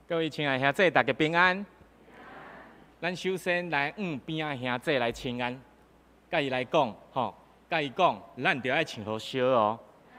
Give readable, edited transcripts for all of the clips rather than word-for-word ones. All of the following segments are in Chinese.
各位亲爱的兄弟，大家平安。咱首先来边仔兄弟来请安，甲伊来讲，甲伊讲，咱着爱穿好烧哦。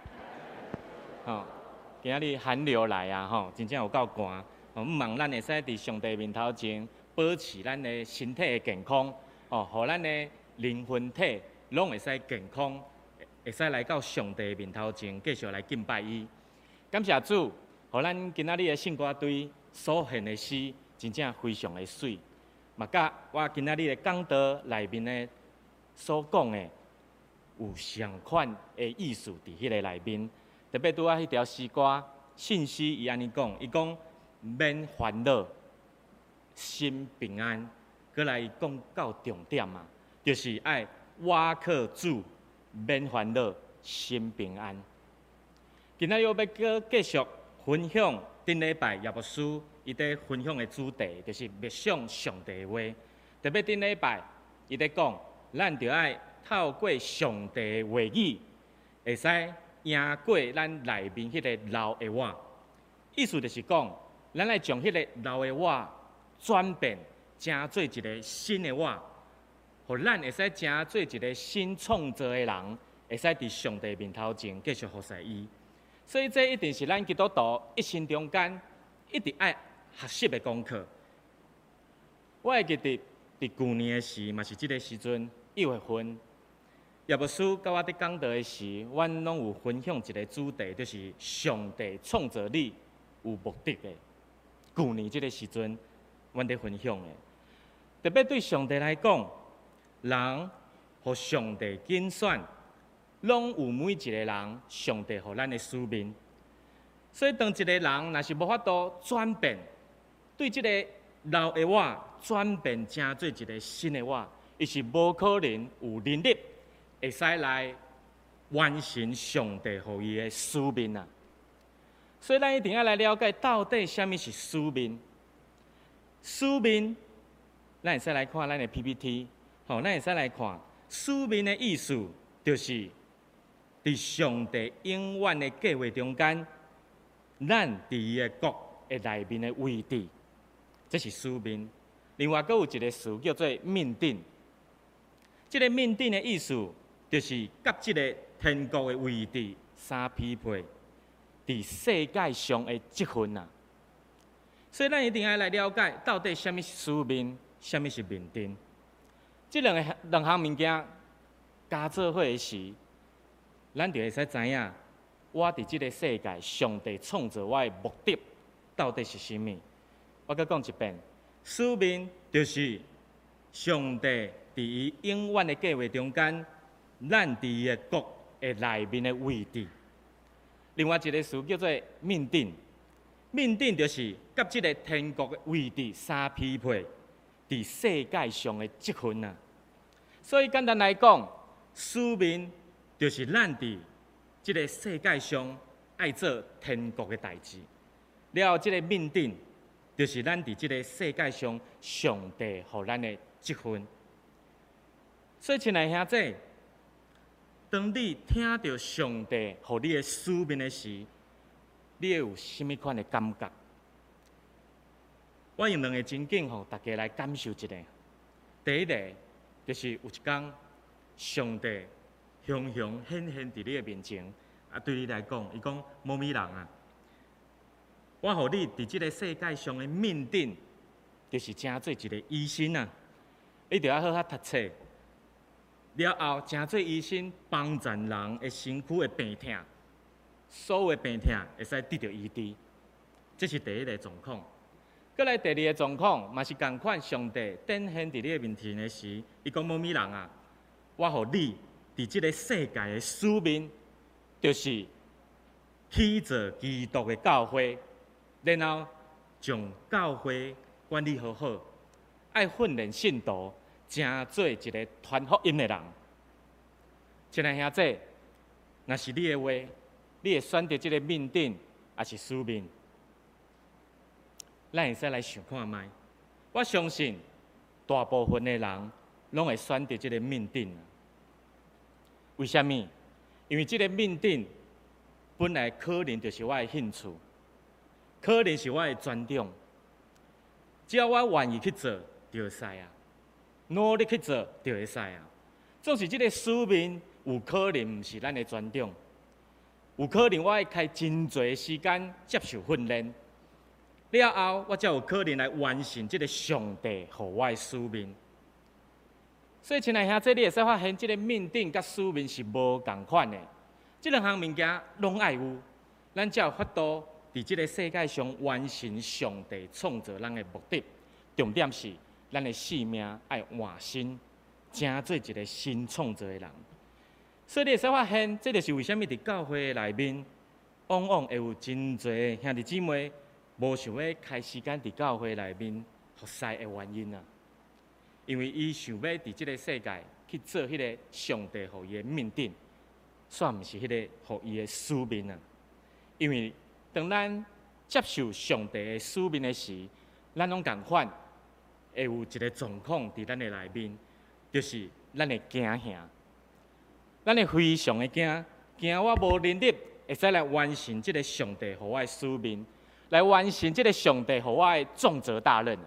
今仔日寒流来啊，真正有够寒。毋望咱会使伫上帝面头前保持咱的身体的健康，互咱的灵魂体拢会使健康，会使来到上帝面头前继续来敬拜伊。感谢主，互咱今仔日的圣歌队所献的诗，真正非常的水。嘛，甲我今仔日的讲道内面的所讲的有相款的意思伫迄个内面。特别拄仔迄条诗歌信息，伊安尼讲，伊讲免烦恼，心平安。过来讲到重点啊，就是爱倚靠主，免烦恼，心平安。今仔日要继续分享顶礼拜耶牧师伊在分享的主题，就是默想上帝的话。特别顶礼拜伊在讲，咱着爱透过上帝的话语，会使赢过咱内面迄个老的我。意思就是讲，咱来将迄个老的我转变，成做一个新的我，互咱会使成做一个新创造的人，会使伫上帝面头前继续服侍伊。所以这一定是咱基督徒一生中间一直爱学习的功课。我会记得伫去年的时，嘛是即个时阵1月份，耶牧师甲我伫讲道的时，阮拢有分享一个主题，就是上帝创造你有目的的。去年即个时阵，阮伫分享的，特别对上帝来讲，人互上帝拣选。拢有每一个人，上帝互咱的使命。所以，当一个人若是无法度转变，对即个老的我转变成做一个新的我，伊是无可能有能力会使来完成上帝互伊的使命啊。所以，咱一定要来了解到底什么是使命。使命，咱会使来看咱的 PPT， 咱会使来看使命的意思，就是。伫上帝永远的计划中间，咱伫伊的国的内面的位置，这是使命。另外，阁有一个词叫做命定。这个命定的意思，就是甲这个天国的位置相匹配，伫世界上的积分啊。所以，咱一定要来了解到底什么是使命，什么是命定。这两项物件加做伙的时。咱就会使知影，我伫即个世界，上帝创造我的目的到底是甚物？我再讲一遍，使命就是上帝伫伊永远的计划中间，咱伫伊的国的内面的位置。另外一个词叫做命定，命定就是甲即个天国的位置相匹配，伫世界上的积分啊。所以简单来讲，使命。就是咱伫即个世界上爱做天国的代志，了后即个命定，就是咱伫即个世界上上帝互咱的积分。所以，亲爱兄弟，当你听到上帝互你的使命的时，你会有甚物款的感觉？我用两个情景互大家来感受一下。第一个就是有一天，上帝。雄雄显现伫你的面前，对你来讲，伊讲猫咪人啊，我互你伫即个世界上的命定，就是成做一个医生啊，你着要好好读册，了后成做医生，帮助人的身躯的病痛，所有的病痛会使得到医治。这是第一个状况。过来第二个状况，嘛是共款，上帝展现伫你的面前的时，伊讲猫咪人啊，我互你。伫即个世界的使命，就是起造基督的教会，然后将教会管理好好，爱训练信徒，成做一个传福音的人。亲爱兄弟，若是你的话，你会选择即个命定，还是使命？咱会使来想看卖。我相信，大部分的人拢会选择即个命定。为什么？因为这个命定本来可能就是我的兴趣，可能是我的专长， 只要我愿意去做，就会使啊。努力去做，就会使啊。总是这个使命，有可能毋是咱的专长，有可能我要开真侪时间接受训练，了后我才有可能来完成这个上帝予我的使命。所以，亲爱兄弟，你会使发现，这个命定甲使命是无共款的。这两项物件拢爱有，咱才有法度伫这个世界上完成上帝创造咱的目的。重点是，咱的性命爱换新，成做一个新创造的人。所以，你会使发现，这就是为什么伫教会内面，往往会有真侪兄弟姊妹无想要开时间伫教会内面服侍的原因啊。因为伊想要伫即个世界去做迄个上帝予伊的命定，煞毋是迄个予伊的使命啊。因为当咱接受上帝的使命的时，咱拢共款会有一个状况伫咱的内面，就是咱会惊吓，咱会非常的惊我无能力会使来完成即个上帝予我的使命，来完成即个上帝予我的重责大任。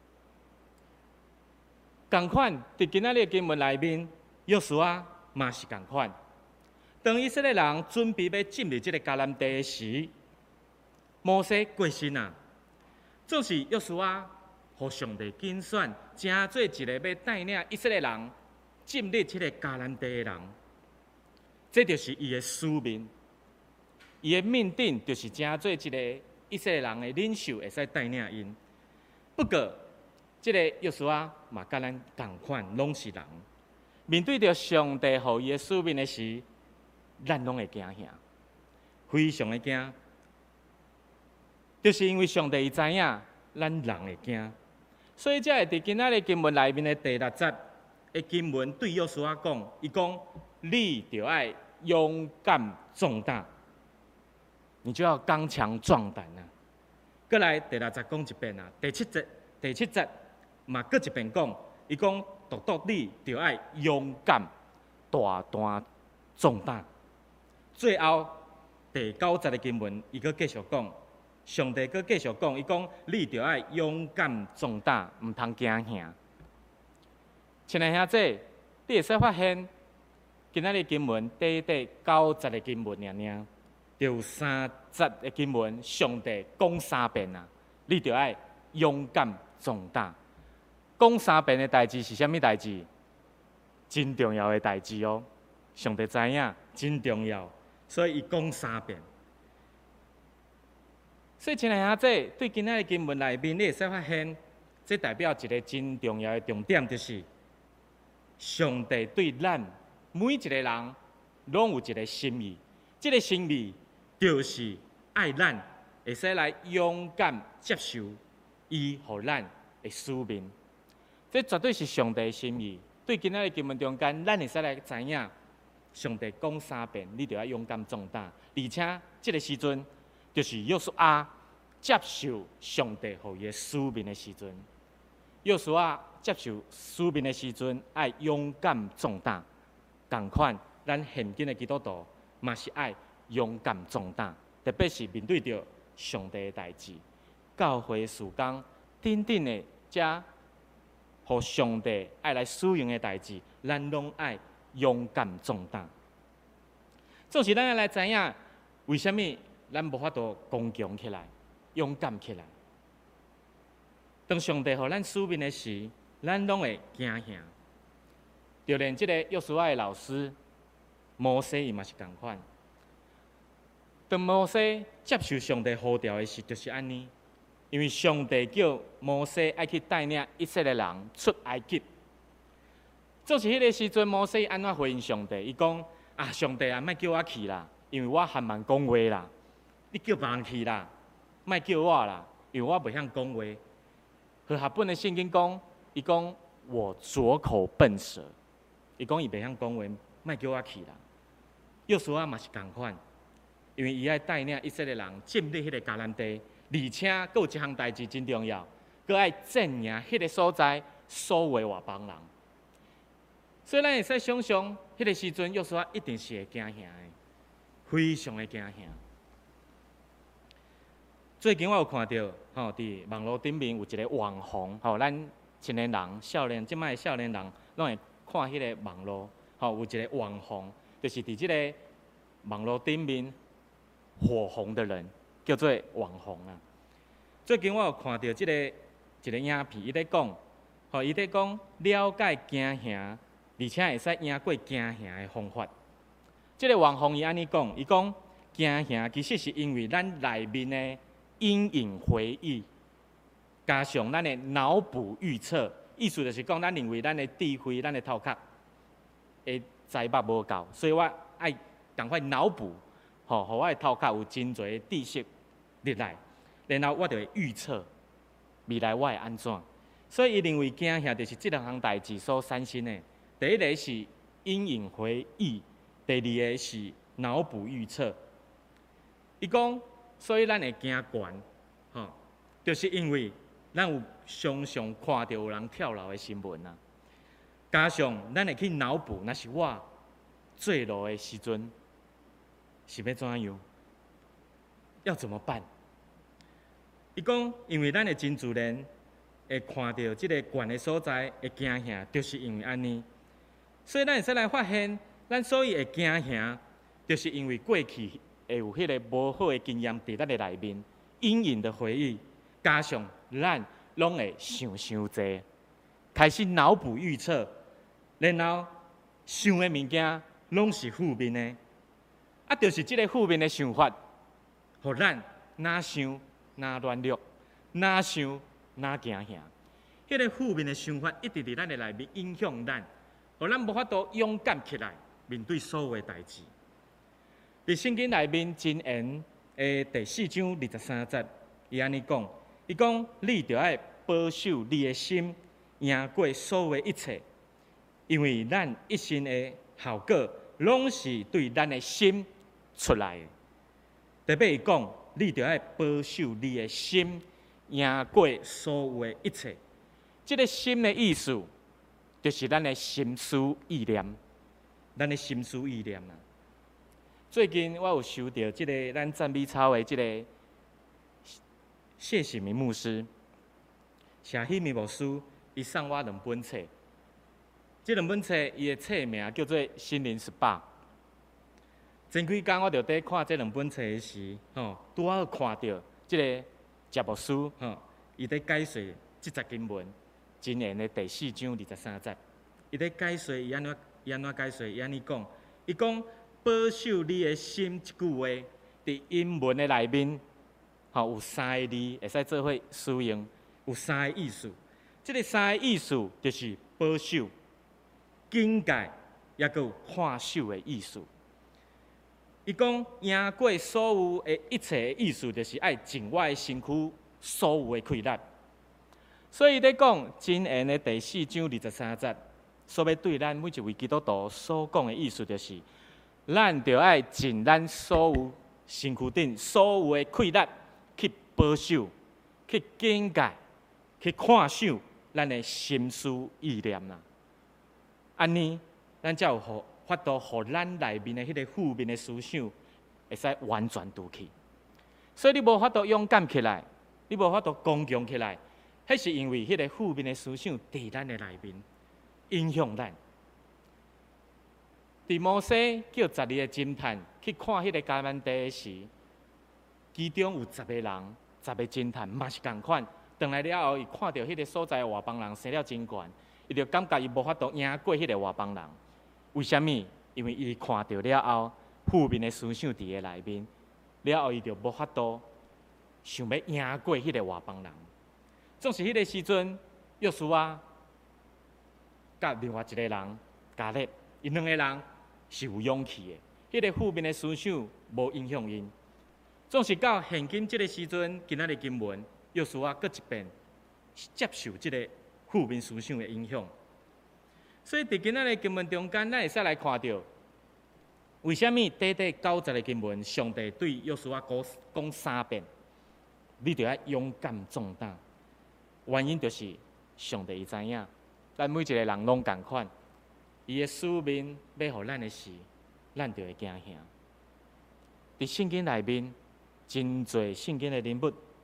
同款，伫今仔日经文内面，约书亚嘛是同款。当以色列人准备要进入这个迦南地的时，摩西过身啊，总是约书亚互上帝拣选，成做一个要带领以色列人进入这个迦南地的人。这就是伊的使命，伊的命定就是成做一个以色列人的领袖，会使带领因。不过，这个约书亚嘛，甲咱同款，拢是人。面对着上帝予伊的使命的时，咱拢会惊吓，非常的惊。就是因为上帝知影，咱人会惊，所以才会伫今仔日经文内面的第6节的经文对约书亚讲，伊讲：你就要勇敢壮大，你就要刚强壮胆啊！过来第6节讲一遍啊，第7节。嘛，搁一遍讲，伊讲独独你就要勇敢、大胆、壮大。最后第9节的经文，伊搁继续讲，上帝搁继续讲，伊讲你就要勇敢、壮大，毋通惊吓。亲爱兄弟，你会使发现，今仔日经文第9节的经文尔，就3节的经文，上帝讲3遍啊，你就要勇敢、壮大。讲3遍的代志是啥物代志？真重要的代志哦！上帝知影，真重要，所以伊讲3遍。所以，亲爱兄弟，对今仔的经文内面，你会使发现，这代表一个真重要的重点，就是上帝对咱每一个人，拢有一个心意。这个心意就是爱咱，会使来勇敢接受伊予咱的使命。这绝对是上帝的心意。对今仔日经文中间，咱会使来知影，上帝讲3遍，你就要勇敢壮大。而且，这个时阵就是约书亚接受上帝予伊的使命的时阵。约书亚接受使命的时阵，爱勇敢壮大。同款，咱现今的基督徒嘛是爱勇敢壮大，特别是面对着上帝的代志、教会的事工等等的遮。互上帝爱来使用的代志，咱拢爱勇敢壮大。总是咱要来知影，为什么咱无法度刚强起来、勇敢起来？当上帝予咱使命的时，咱拢会惊吓。就连这个约书亚的老师摩西，伊嘛是同款。当摩西接受上帝呼召的时，就是安尼。因为上帝叫摩西爱去带领以色列人出埃及，就是迄个时阵，摩西安怎回应上帝？伊讲：啊，上帝啊，莫叫我去啦，因为我还蛮讲话啦。你叫别人去啦，莫叫我啦，因为我袂晓讲话。和合本的圣经讲，伊讲我拙口笨舌，伊讲伊袂晓讲话，莫叫我去啦。约书亚嘛是同款，因为伊爱带领以色列人进入迄个迦南地。而且，佫有一项代志真重要，佫爱镇压迄个所在所有外邦人。所以，咱会使想象，迄个时阵，约书亚一定是会惊吓的，非常的惊吓。最近我有看到， 吼，伫网络顶面有一个网红，吼，咱青年人、即摆少年人拢会看迄个网络，吼，有一个网红，就是伫即个网络顶面火红的人，叫做网红啊。最近我有看到一个影片，伊咧讲，吼，伊咧讲了解行行，而且会使赢过行行的方法。即个网红伊安尼讲，伊讲行行其实是因为咱内面的阴影回忆，加上咱的脑补预测，意思就是讲，咱认为咱的智慧、咱的头壳会知捌无够，所以我爱赶快脑补，吼，互我的头壳有真侪的知识入来，然后我就会预测未来我会安怎。所以伊认为行行就是这两项代志所产生的。第一个是阴影回忆，第二个是脑补预测。伊讲，所以咱会惊悬，吼，就是因为咱有常常看到有人跳楼的新闻啊，加上咱会去脑补，若是我坠楼的时阵，是要怎样？要怎么办？伊讲，因为咱的真自然会看到即个悬的所在会惊吓，就是因为安尼。所以咱会使来发现，咱所以会惊吓，就是因为过去会有迄个无好的经验伫咱的内面，阴影的回忆，加上咱拢会想济，开始脑补预测，然后想的物件拢是负面的，啊，就是即个负面的想法，互咱哪想哪乱碌，哪想哪惊吓。迄个负面的想法一直伫咱的内面影响咱，互咱无法度勇敢起来面对所有的代志。伫圣经内面箴言的第4章23节，伊安尼讲，伊讲你着爱保守你的心，赢过所有的一切，因为咱一生的效果拢是对咱的心出来的。特别伊讲，你着爱保守你的心，赢过所有的一切。这个心的意思，就是咱的心思意念，咱的心思意念啊。最近我有收到即个咱赞美操的即个谢喜明牧师、谢喜明牧师，伊送我2本册。这2本册伊的册名叫做《心灵 SPA》。前几天我就在看这2本册的时，拄好看到即个节牧师，伊在解说这节经文，箴言的第4章23节。伊在解说，伊安怎解说？伊安尼讲，伊讲。保守你的心，这句话伫英文的内面，有3个字会使做伙使用，有3个意思。这个3个意思就是保守、警戒，也阁有看守的意思。伊讲赢过所有的一切的意思，就是爱尽我的身躯所有的亏力。所以咧讲箴言的第4章23节，所要对咱每一位基督徒所讲的意思，就是咱着爱尽咱所有身躯顶所有的气力去保守、去警戒、去看守咱的心思意念啦。安尼，咱才有法度，互咱内面的迄个负面的思想会使完全除去。所以你无法度勇敢起来，你无法度刚强起来，迄是因为迄个负面的思想伫咱的内面影响咱。伫摩西叫12个侦探去看迄个迦南地时，其中有10个人，10个侦探嘛是共款。转来了后，伊看到迄个所在的外邦人生了真悬，伊就感觉伊无法度赢过迄个外邦人。为什么？因为伊看到了后，负面的思想伫个内面，了后伊就无法度想要赢过迄个外邦人。总是迄个时阵，约书亚甲另外一个人加勒，因2个人是有勇气的，迄个负面的思想无影响因。总是到现今这个时阵，今仔日经文，约书亚搁一遍接受这个负面思想的影响。所以伫今仔日经文中间，咱会使来看到，为什么短短90个经文，上帝对约书亚讲3遍，你着要勇敢壮胆。原因就是上帝伊知影，咱每一个人拢同款。伊的使命要互咱的事，咱就会惊吓。伫圣经内面，真侪圣经的人物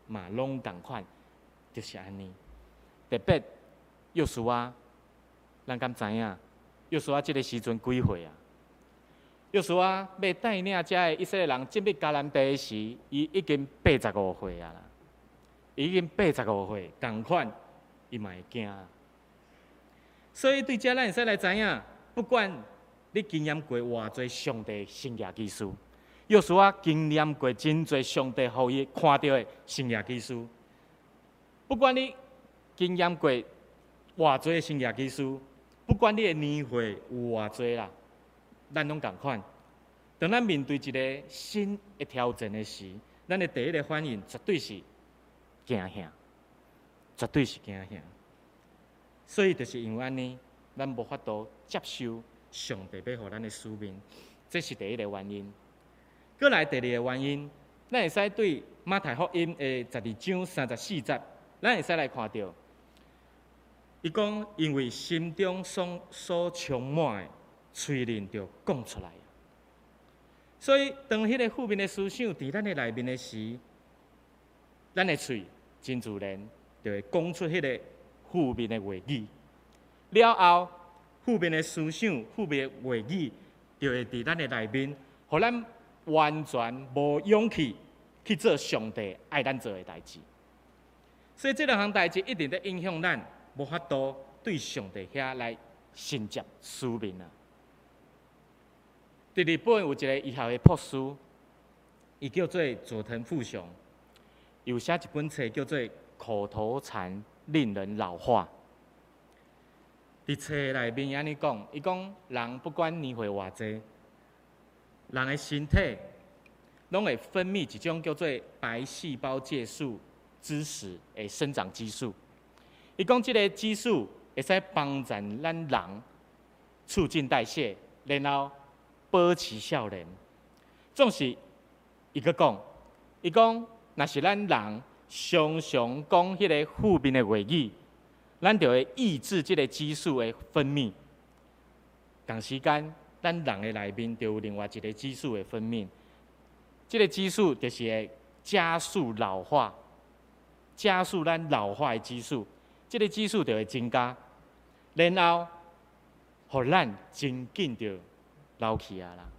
嘛拢同款，就是安尼。特别约书亚，咱敢知影？约书亚即个时阵几岁啊？约书亚要带领遮个以色列人进入迦南地的时，伊已经85岁啊啦，已经85岁，同款伊嘛会惊啊。所以对遮咱会使来知影，不管你经验过偌侪上帝生涯技术，约书亚经验过真侪上帝互伊看到的生涯技术，不管你经验过偌侪生涯技术，不管你的年岁有偌侪啦，咱拢同款。当咱面对一个新的挑战的时，咱的第一个反应绝对是惊吓，绝对是惊吓。所以就是因为安尼，咱无法度接受上帝要互咱的使命，这是第一个原因。过来第二个原因，咱会使对马太福音的12章34节，咱会使来看到，伊讲因为心中所充满的，嘴唇就讲出来。所以当迄个负面的思想伫咱的内面的时，咱的嘴真自然就会讲出迄个负面的话语。了后，负面的思想、负面的话语就会伫咱的内面，互咱完全无勇气去做上帝爱咱做的代志。所以这两项代志一定在影响咱，无法度对上帝遐来承接使命啊。伫日本有一个医学的博士，伊叫做佐藤富雄，有写一本册叫做《口头禅令人老化》。伫册内面安尼讲，伊讲人不管年岁偌济，人的身体拢会分泌一种叫做白细胞介素支持的生长激素。伊讲即个激素会使帮助咱人促进代谢，然后保持少年。总是伊佫讲，伊讲若是咱人常常讲迄个负面的话语，咱就会抑制即个激素的分泌。同时间，咱人的内面就有另外一个激素的分泌，即个激素就是会加速老化，加速咱老化的激素。即个激素就会增加，然后，互咱真紧就老去啊啦。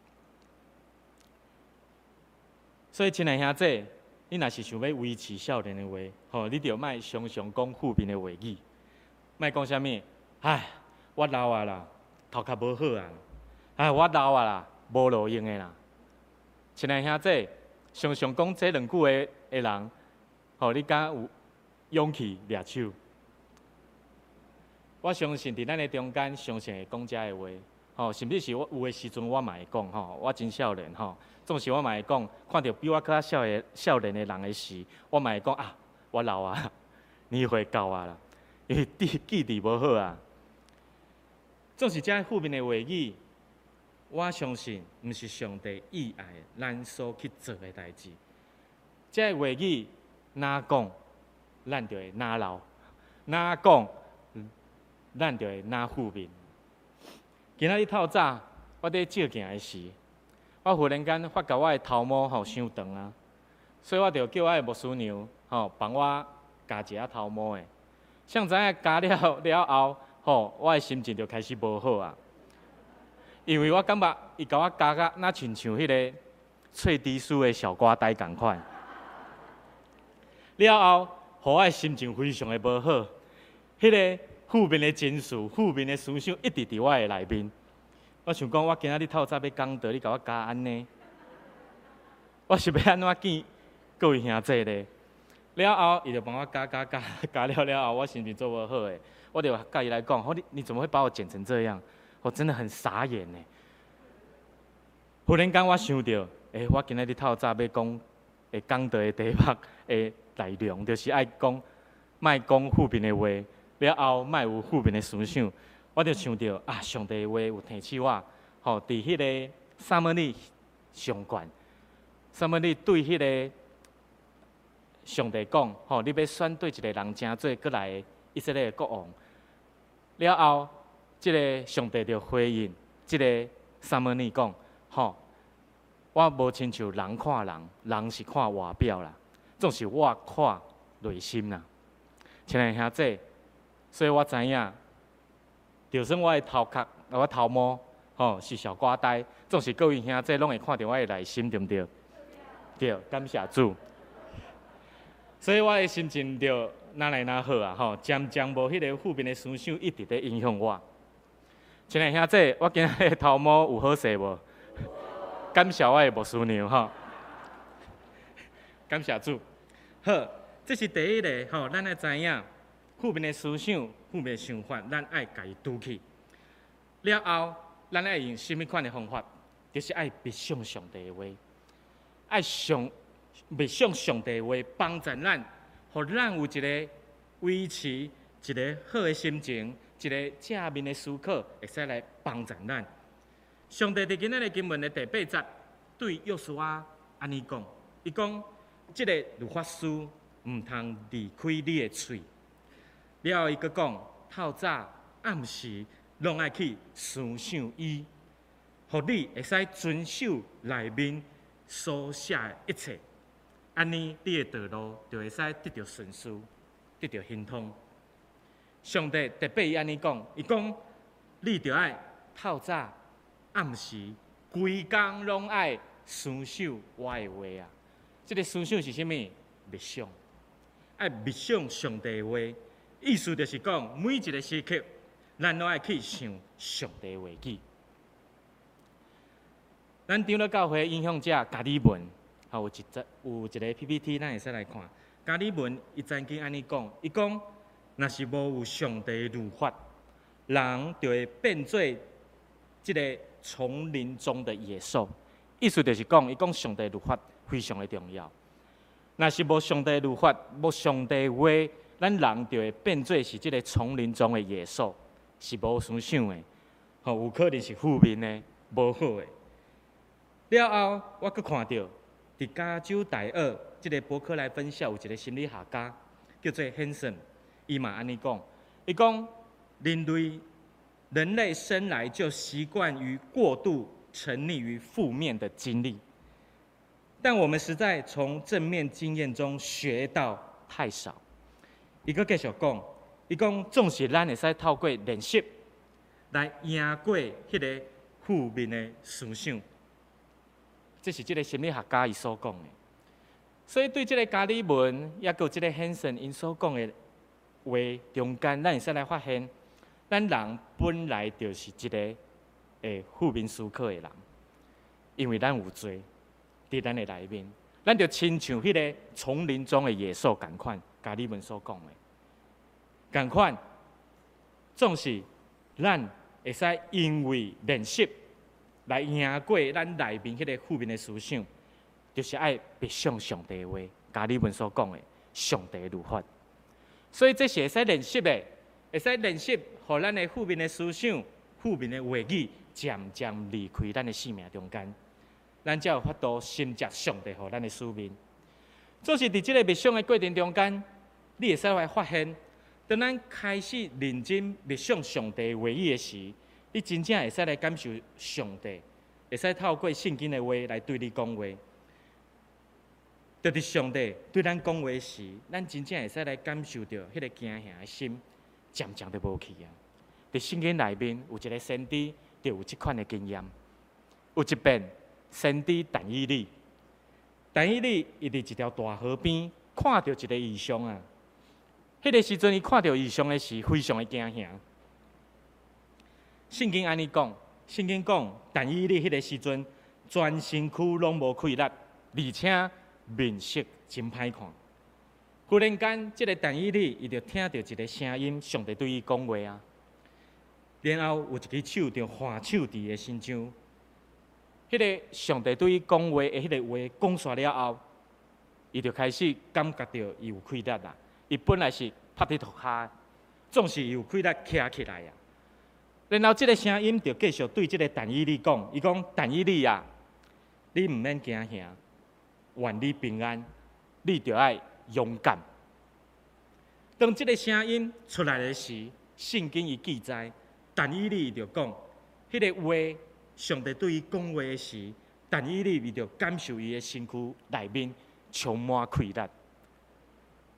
所以，亲爱兄弟，你若是想要维持少年的话，你就莫常常讲负面的话语，莫讲啥物，唉，我老啊啦，头壳无好啊，唉，我老啊啦，无路用的啦。亲爱兄弟，常常讲这两句的人，你敢有勇气抓手？我相信伫咱的中间，常常会讲遮个话，甚至是我有的时阵我嘛会讲，我真少年，总是我嘛会讲，看到比我较少年的人的时，我嘛会讲啊，我老啊，年岁到啊啦，因为记忆无好啊。总是遮负面的话语，我相信毋是上帝意爱咱所去做的代志。遮个话语哪讲，咱就会哪老；哪讲，咱就会哪负面。今仔日透早，我伫照镜的时，我忽然间发觉我的头毛伤长啊，所以我就叫我的牧师娘帮我加一下头毛的。像知影加了后，我的心情就开始无好啊，因为我感觉伊甲我加甲那亲像迄个翠迪斯的小瓜呆共款。了后，互我的心情非常的无好，迄个负面的情绪、负面的思想一直伫我的内面。我想讲，我今仔日透早要讲道，你甲我加安尼，我是要安怎见各位兄弟咧？了后，伊就帮我加了后，我心情做无好诶，我就甲伊来讲，你怎么会把我剪成这样？我真的很傻眼呢。忽然间，我想到，我今仔日透早要讲讲道的第一幕的内容，就是爱讲，莫讲负面的话。了后，莫有负面的思想，我就想到啊，上帝的话有提醒我，伫迄个撒母耳上悬，撒母耳对迄个上帝讲，你要选对一个人正做过来的以色列国王。了后，即个上帝就回应即个撒母耳讲，我无亲像人看人，人是看外表啦。 总是我看内心啦。亲爱兄弟，所以我知影，就算我的头壳、我头毛是小瓜呆，总是各位兄弟拢会看到我的内心，对不对？对，感谢主。所以我的心情就哪来哪好啊！渐渐无迄个负面的思想一直在影响我。亲爱兄弟，我今日头毛有好势无？感谢我的牧师娘感谢主。好，这是第一个咱要知影负面的思想、负面的想法，咱爱家己拄起。了后，咱爱用什么款的方法？就是爱默想上帝的话，爱默想上帝的话，帮助咱，互咱有一个维持一个好的心情，一个正面的思考，会使来帮助咱。上帝伫今仔日经文的第8节，对约书亚安尼讲，伊讲，即个律法书毋通离开你的喙。了后，伊阁讲，透早暗时拢爱去思想伊，互你会使遵守内面所写的一切。安尼，你的道路就会使得到顺遂，得到亨通。上帝特别伊安尼讲，伊讲，你着爱透早暗时规工拢爱思想我的话啊！这个思想是啥物？默想，爱默想上帝的话，意思就是讲，每一个时刻，咱拢爱去想上帝的话语。咱长老教会影响者加里文，有一个 PPT， 咱会使来看。加里文伊曾经安尼讲，伊讲，若是无有上帝的律法，人就会变做这个丛林中的野兽。意思就是讲，伊讲上帝律法非常的重要。若是无上帝律法，无上帝话，咱人就会变做是这个丛林中的野兽，是无思想的，有可能是负面的、无好的。了后，我阁看到，伫加州大学这个伯克莱分校有一个心理学家叫做 Hanson， 伊嘛安尼讲，伊讲人类生来就习惯于过度沉溺于负面的经历，但我们实在从正面经验中学到太少。伊阁继续讲，伊讲总是咱会使透过练习来赢过迄个负面的思想。这是这个心理学家伊所讲的。所以对这个加里文，也有这个 Hanson 因所讲的话中间，咱会使来发现，咱人本来就是一个会负面思考的人，因为咱有罪伫咱的内面，咱就亲像迄个丛林中的野兽共款。加里文所讲的，共款，总是咱会使因为练习来赢过咱内面迄个负面的思想，就是爱默想上帝的话。加里文所讲的上帝的律法，所以这是会使练习的，会使练习，互咱的负面的思想、负面的话语渐渐离开咱的生命中间，咱才有法度承接上帝互咱的使命。总是伫这个默想的过程中间，你会使来发现，当咱开始认真默想上帝的话语的时，你真正会使来感受上帝，会使透过圣经的话来对你讲话。就伫上帝对咱讲话时，咱真正会使来感受到迄个惊吓的心，渐渐就无去啊。伫圣经内面有一个先知，就有即款的经验。有一遍，先知但以理伊伫一条大河边看到一个异象啊。迄个时阵，伊看到异象的时，非常的惊吓。圣经安尼讲，圣经讲，但以理迄个时阵，全身躯拢无气力，而且面色真歹看。忽然间，这个但以理伊就听到一个声音，上帝对伊讲话啊。然后有一只手就换手伫伊身上。迄个上帝对伊讲话的迄个话讲煞了后，伊就开始感觉到伊有气力啦。伊本来是趴伫涂骹，总是有气力徛起来啊。然后这个声音就继续对这个但以理讲，伊讲但以理啊，你毋免惊吓。愿你平安，你就要勇敢。当这个声音出来的时，圣经伊记载，但以理就讲，迄个话，上帝对伊讲话的时，但以理伊就感受伊的身躯内面充满气力，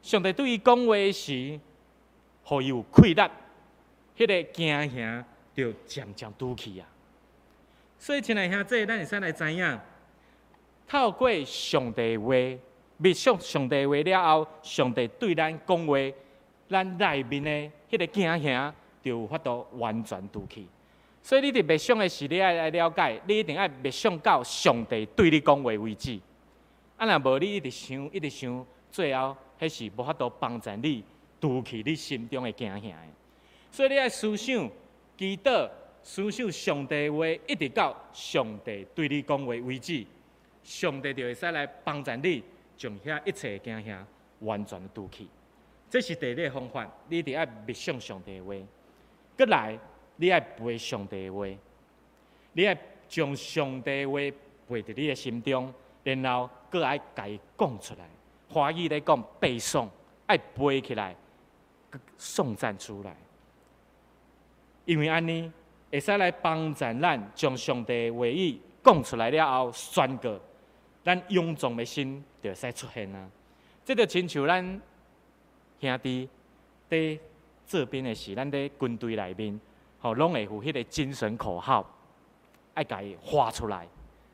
上帝对伊讲话时，互伊有气力，迄个惊吓就渐渐拄去啊。所以，亲爱兄弟，咱会使来知影，透过上帝话，默想上帝话了后，上帝对咱讲话，咱内面的迄个惊吓就有法度完全拄去。所以，你伫默想的时，你爱来了解，你一定爱默想到上帝对你讲话为止。啊，若无你一直想，最后迄是无法度帮助你拄去你心中的惊吓的。所以，你爱思想、祈祷、思想上帝话，一直到上帝对你讲话为止，上帝就会使来帮助你，将遐一切惊吓完全拄去。这是第一个方法，你一定爱默想上帝话。搁来，你爱背上帝话，你爱将上帝话背伫你的心中，然后搁爱家己讲出来。华语咧讲背诵，爱背起来，颂赞出来。因为安尼会使来帮助咱将上帝话语讲出来了后，宣告咱勇壮的心就会使出现啊！这就亲像咱兄弟在这边的时，咱在军队内面，拢会有迄个精神口号，爱家己发出来。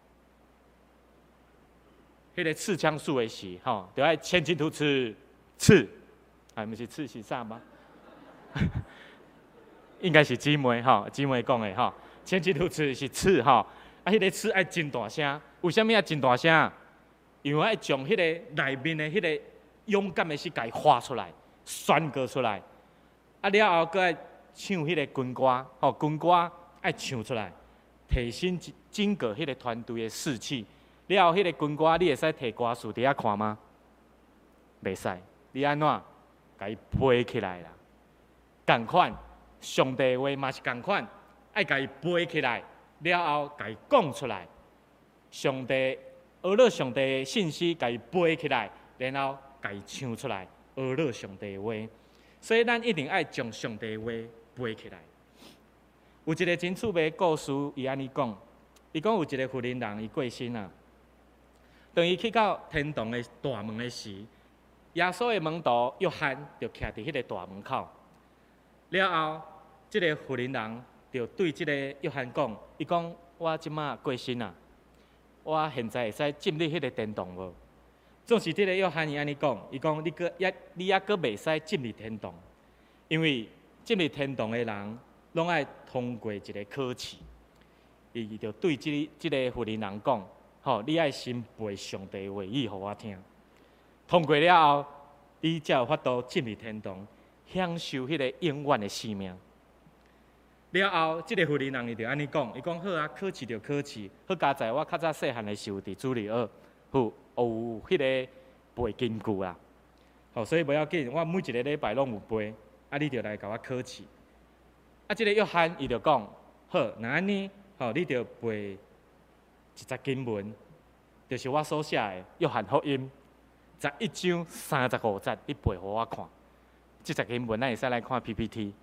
迄个刺枪术的时，就爱前进突刺，毋是刺是啥吗？应该是姊妹姊妹讲的前进突刺是刺迄个刺爱真大声，为什么要真大声？因为爱将迄个内面的迄个勇敢的心，家发出来，宣告出来。了后，搁爱唱迄个军歌，军歌爱唱出来，提升整个迄个团队的士气。了后，迄个军歌你会使摕歌词伫遐看吗？袂使，你安怎？家己背起来啦。共款，上帝话嘛是共款，爱家己背起来，了后家己讲出来。上帝学了上帝的信息，家己背起来，然后家己唱出来，学了上帝的话。所以，咱一定爱将上帝的话背起来。有一个真趣味的故事，伊安尼讲，伊讲有一个富人人，伊过身啊。当伊去到天堂的大门的时，耶稣的门徒约翰就徛伫迄个大门口。了后，即个富人人就对即个约翰讲：“伊讲我即马过身啊，我现在会使进入迄个天堂无？”总是即个约翰伊安尼讲，伊讲你还阁袂使进入天堂，因为进入天堂的人拢爱通过一个考试。伊就对即个富人人讲。你爱先背上帝话语，互我听。通过了后，你才有法度进入天堂，享受迄个永远的生命。了后，即个富人人伊就安尼讲，伊讲好啊，考试就考试，好佳在我较早细汉的时候伫主里学，有迄个背根据啊。所以不要紧，我每一个礼拜拢有背，你就来甲我考试。即个约翰伊就讲，好，那安尼，你就背。一则经文，就是我所写的《约翰福音》11章35节，你背互我看。这则经文咱会使来看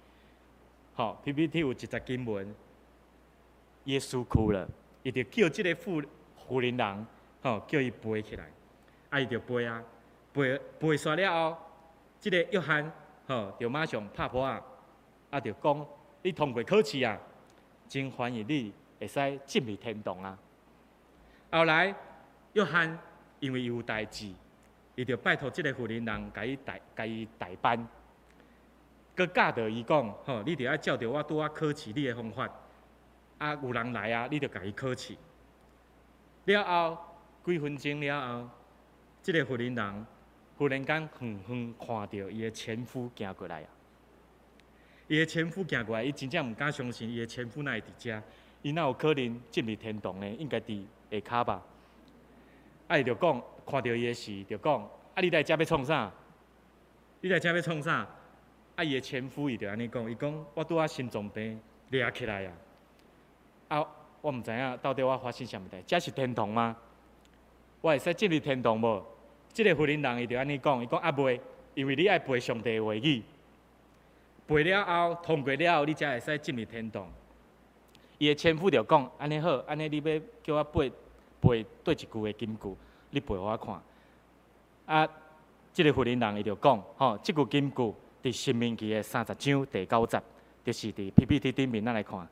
PPT。PPT 有一则经文，耶稣哭了，伊就叫这个妇人人，叫伊背起来，伊就背啊，背煞了后，这个约翰，就马上拍破就讲，你通过考试啊，真欢喜你会使进入天堂啊。后来，约翰因为有代志，伊就拜托这个妇人人甲伊代班，佮教导伊讲，你着要照着我拄仔考试你的方法，有人来啊，你着甲伊考试。了后几分钟了后，这个妇人人忽然间远远看到伊的前夫行过来啊！伊的前夫行过来，伊真正毋敢相信伊的前夫哪会伫遮，伊哪有可能进入天堂呢？应该伫下骹吧？伊就讲，看到伊的时，就讲：你来遮要创啥？你来遮要创啥？伊的前夫伊就安尼讲，伊讲：我拄仔心脏病抓起来啊！我毋知影到底我发生啥物代，这是天堂吗？我会使进入天堂无？这个妇人人伊就安尼讲，伊讲袂，因为你爱背上帝的话语，背了后通过了后，你才会使进入天堂。伊的前夫就讲：安尼好，安尼你要叫我背对一句的金句，你背互我看。 这个福音人伊就讲，这句金句伫申命记的30章第9节，就是伫 PPT 顶面咱来看。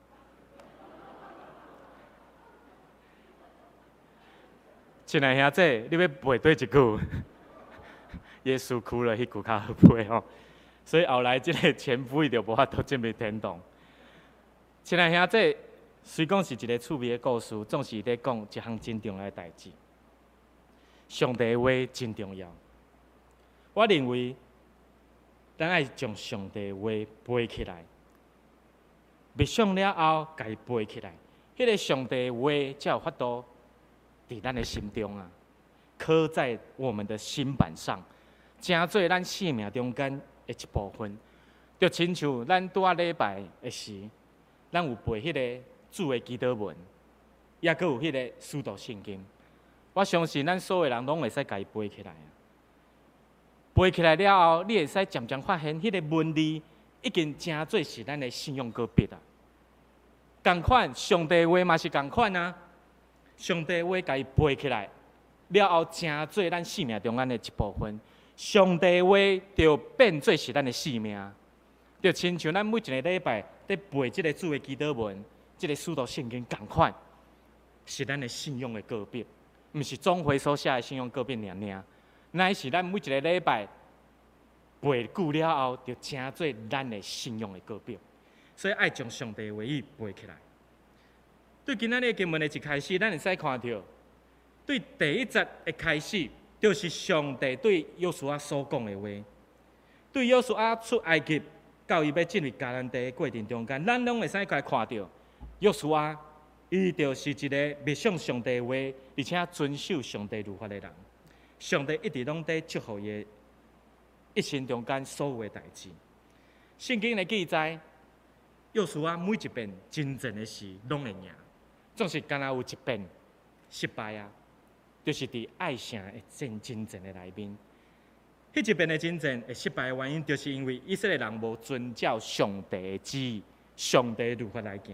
亲爱兄弟，你要背对一句，耶稣哭了，迄句较好背吼。所以后来这个前夫伊就无法度进入天堂。亲爱兄弟，虽讲是一个趣味的故事，总是在讲一项真重要的代志。上帝的话真重要。我认为，咱爱将上帝的话背起来，默想了后，家己背起来。迄个上帝的话才有法度伫咱的心中啊，刻在我们的心板上，成做咱生命中间的一部分。就亲像咱拄仔礼拜的时，咱有背迄个主的祈祷文，也阁有迄个使徒圣经。我相信咱所有人拢会使家己背起来啊。背起来了后，你会使渐渐发现，迄个文字已经成做是咱的信用戈壁啊。同款，上帝话嘛是同款啊。上帝话家己背起来了后，成做咱生命中间的一部分。上帝话就变做是咱的生命，就亲像咱每一个礼拜在背这个主的祈祷文，这个使徒圣经同款，是咱的信用的戈壁，毋是总会所写的信用戈壁尔，乃是咱每一个礼拜背久了后，就成做咱的信用的戈壁。所以爱将上帝的话语背起来。对今仔日经文的一开始，咱会使看到，对第1节的开始，就是上帝对约书亚所讲的话。对约书亚出埃及，到伊要进入迦南地的过程中间，咱拢会使看到，约书亚伊就是一个默想上帝的话，而且遵守上帝律法的人。上帝一直拢在祝福伊的一生中间所有的代志。圣经的记载，约书亚每一遍征战的时，拢会赢。总是敢若有一遍失败啊，就是伫爱城的征战的内面。迄一遍的征战会失败的原因，就是因为以色列人无遵照上帝的旨意、上帝的律法来行，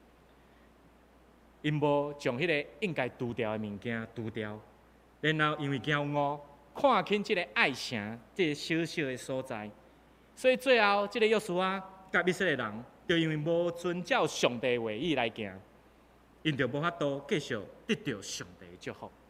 因无将迄个应该除掉的物件除掉，然后因为骄傲，看轻即个爱城即个小小的所在，所以最后即个约书亚甲以色列人，就因为无遵照上帝的话语来行。因就无法度继续得到上帝的祝福。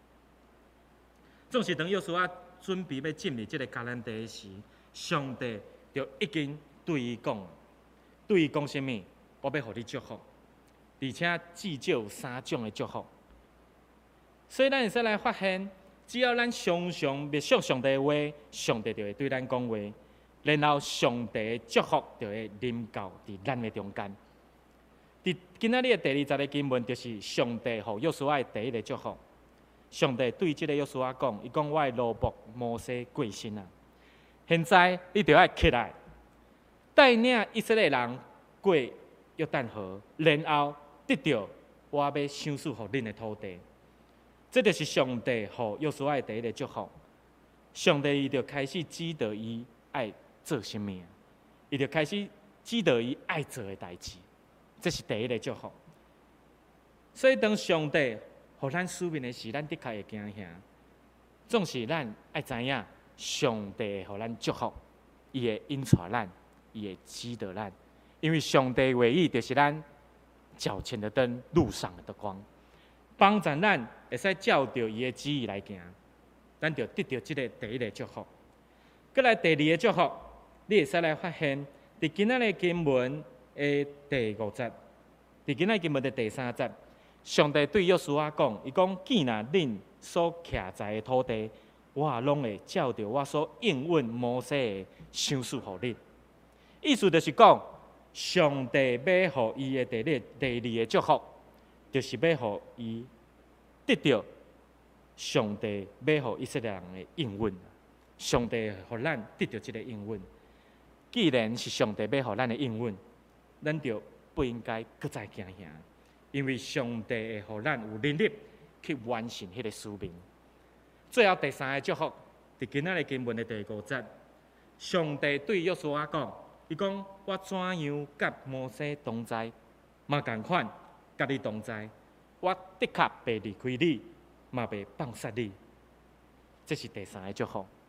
总是当约书亚准备要进入这个迦南地时，上帝就已经对伊讲，什么？我要互你祝福，而且至少有3种的祝福。所以咱会使来发现，只要咱常常默想上帝的话，上帝就会对咱讲话，然后上帝的祝福就会临到伫咱的中间。伫今仔日的第20个经文，就是上帝互约书亚的第一个祝福。上帝对这个约书亚讲：“伊讲我的奴仆摩西过身啊，现在你就要起来，带领以色列人过约旦河，然后得到我要赏赐互恁的土地。”这就是上帝互约书亚的第一个祝福。上帝伊就开始指导伊爱做什么，伊就开始指导伊爱做的代志。这是第一个祝福。所以，当上帝互咱使命的时，咱的确会惊吓。总是咱爱知影，上帝会互咱祝福，伊会引带咱，伊会指导咱。因为上帝话语就是咱脚前的灯，路上的光，帮助咱会使照着伊的旨意来行，咱就得到这个第一个祝福。再来第二个祝福，你会使来发现，伫今仔日经文的第5节，伫今仔经文的第3节，上帝对约书亚讲：“伊讲，既然恁所徛在的土地，我拢会照着我所应允摩西的赏赐互恁。”意思就是讲，上帝要互伊的第二个祝福，就是要互伊得到上帝要互以色列人的应允。上帝互咱得到这个应允。既然是上帝要互咱的应允，咱就不应该搁再惊吓，因为上帝会互咱有能力去完成迄个使命。最后第3个祝福，伫今仔日经文的第5节，上帝对约书亚讲：“伊讲我怎样甲摩西同在，嘛同款甲你同在。我的确袂离开你，嘛袂放杀你。”这是第3个祝福。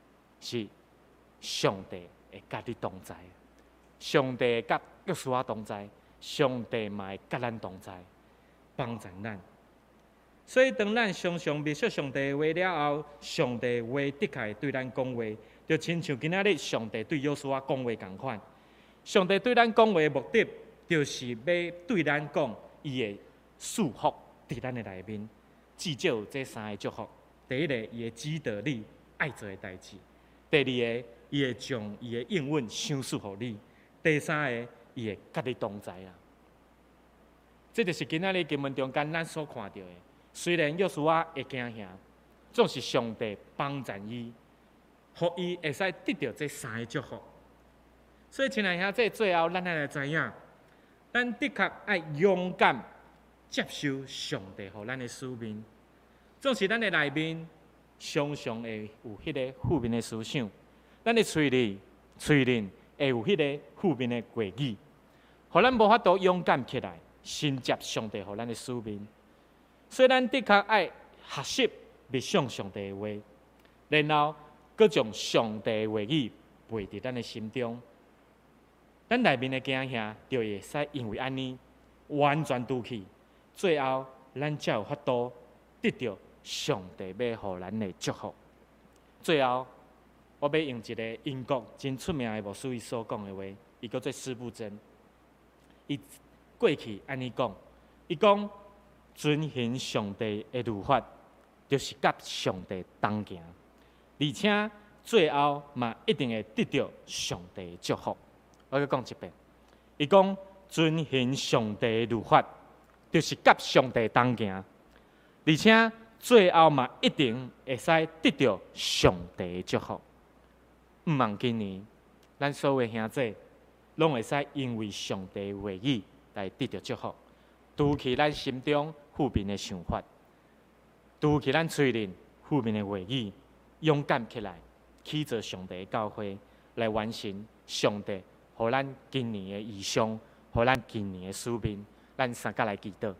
是上帝会甲你同在，上帝会甲约书亚同在，上帝嘛会甲咱同在，帮助咱。所以，当咱常常默想上帝的话了后，上帝的话的确会对咱讲话，就亲像今仔日上帝对约书亚讲话同款。上帝对咱讲话的目的，就是要对咱讲伊的祝福伫咱的内面。至少这三个祝福：第一个，伊会指导你爱做的代志；第二个，伊会将伊的应允赏赐予你；第三个，伊会甲你同在啊。这就是今仔日经文中间咱所看到的。虽然约书亚会惊吓，总是上帝帮助伊，互伊会使得到这三个祝福。所以，亲爱兄弟，最后咱来知影，咱的确爱勇敢接受上帝互咱的使命。总是咱的内面常常会有迄个负面的思想，咱的嘴里会有迄个负面的话语，互咱无法度勇敢起来，承接上帝互咱的使命。所以，咱的确爱学习默想上帝的话，然后搁将上帝的话语背伫咱的心中。咱内面的惊吓，就会使因为安尼完全拄去，最后咱才有法度得到上帝要互咱的祝福。最后，我要用一个英国真出名的牧师伊所讲的话，伊叫做施布真。伊过去安尼讲，伊讲遵行上帝的律法，就是甲上帝同行，而且最后嘛一定会得到上帝的祝福。我再讲一遍，伊讲遵行上帝的律法，就是甲上帝同行，而且最后嘛一定会使得到上帝的祝福。毋忘今年，咱所有的兄弟，拢会使因为上帝的话语来得到祝福，除去咱心中负面的想法，除去咱嘴里负面的话语，勇敢起来，去做上帝的教会，来完成上帝互咱今年的意向，互咱今年的使命。咱三甲来祈祷。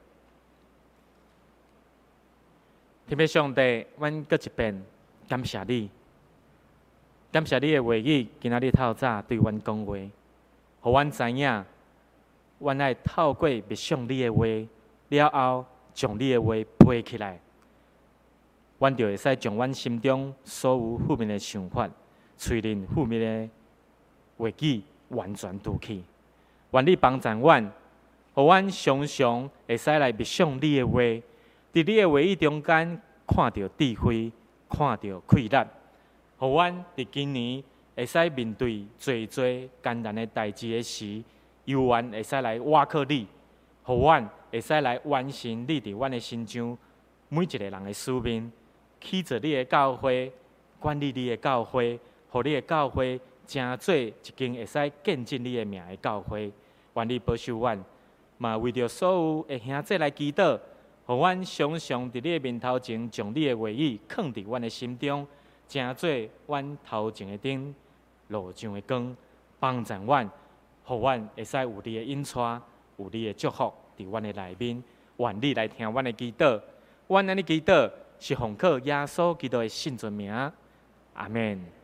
天父上帝，阮搁一遍感谢你，感谢你的话语，今仔日透早对阮讲话，互阮知影，阮爱透过默想你的话了后，将你的话背起来，阮就会使将阮心中所有负面的想法、嘴里负面的话语完全除去。愿你帮助阮，互阮常常会使来默想你的话，伫你的话语中间看到智慧，看到快乐，互阮伫今年会使面对最艰难的代志的时，犹原会使来倚靠你，互阮会使来完成你伫阮的心中每一个人的使命，去做你的教会，管理你的教会，互你的教会成做一间会使见证你的名的教会。愿你保守阮，嘛为着所有的兄弟来祈祷，互阮常常伫你的面头前，将你的话语放伫阮的心中，成做阮头前的灯，路上的光，帮助阮，互阮会使有你的引带，有你的祝福伫阮的内面。愿你来听阮的祈祷，阮安尼祈祷是奉靠耶稣基督的圣尊名，阿门。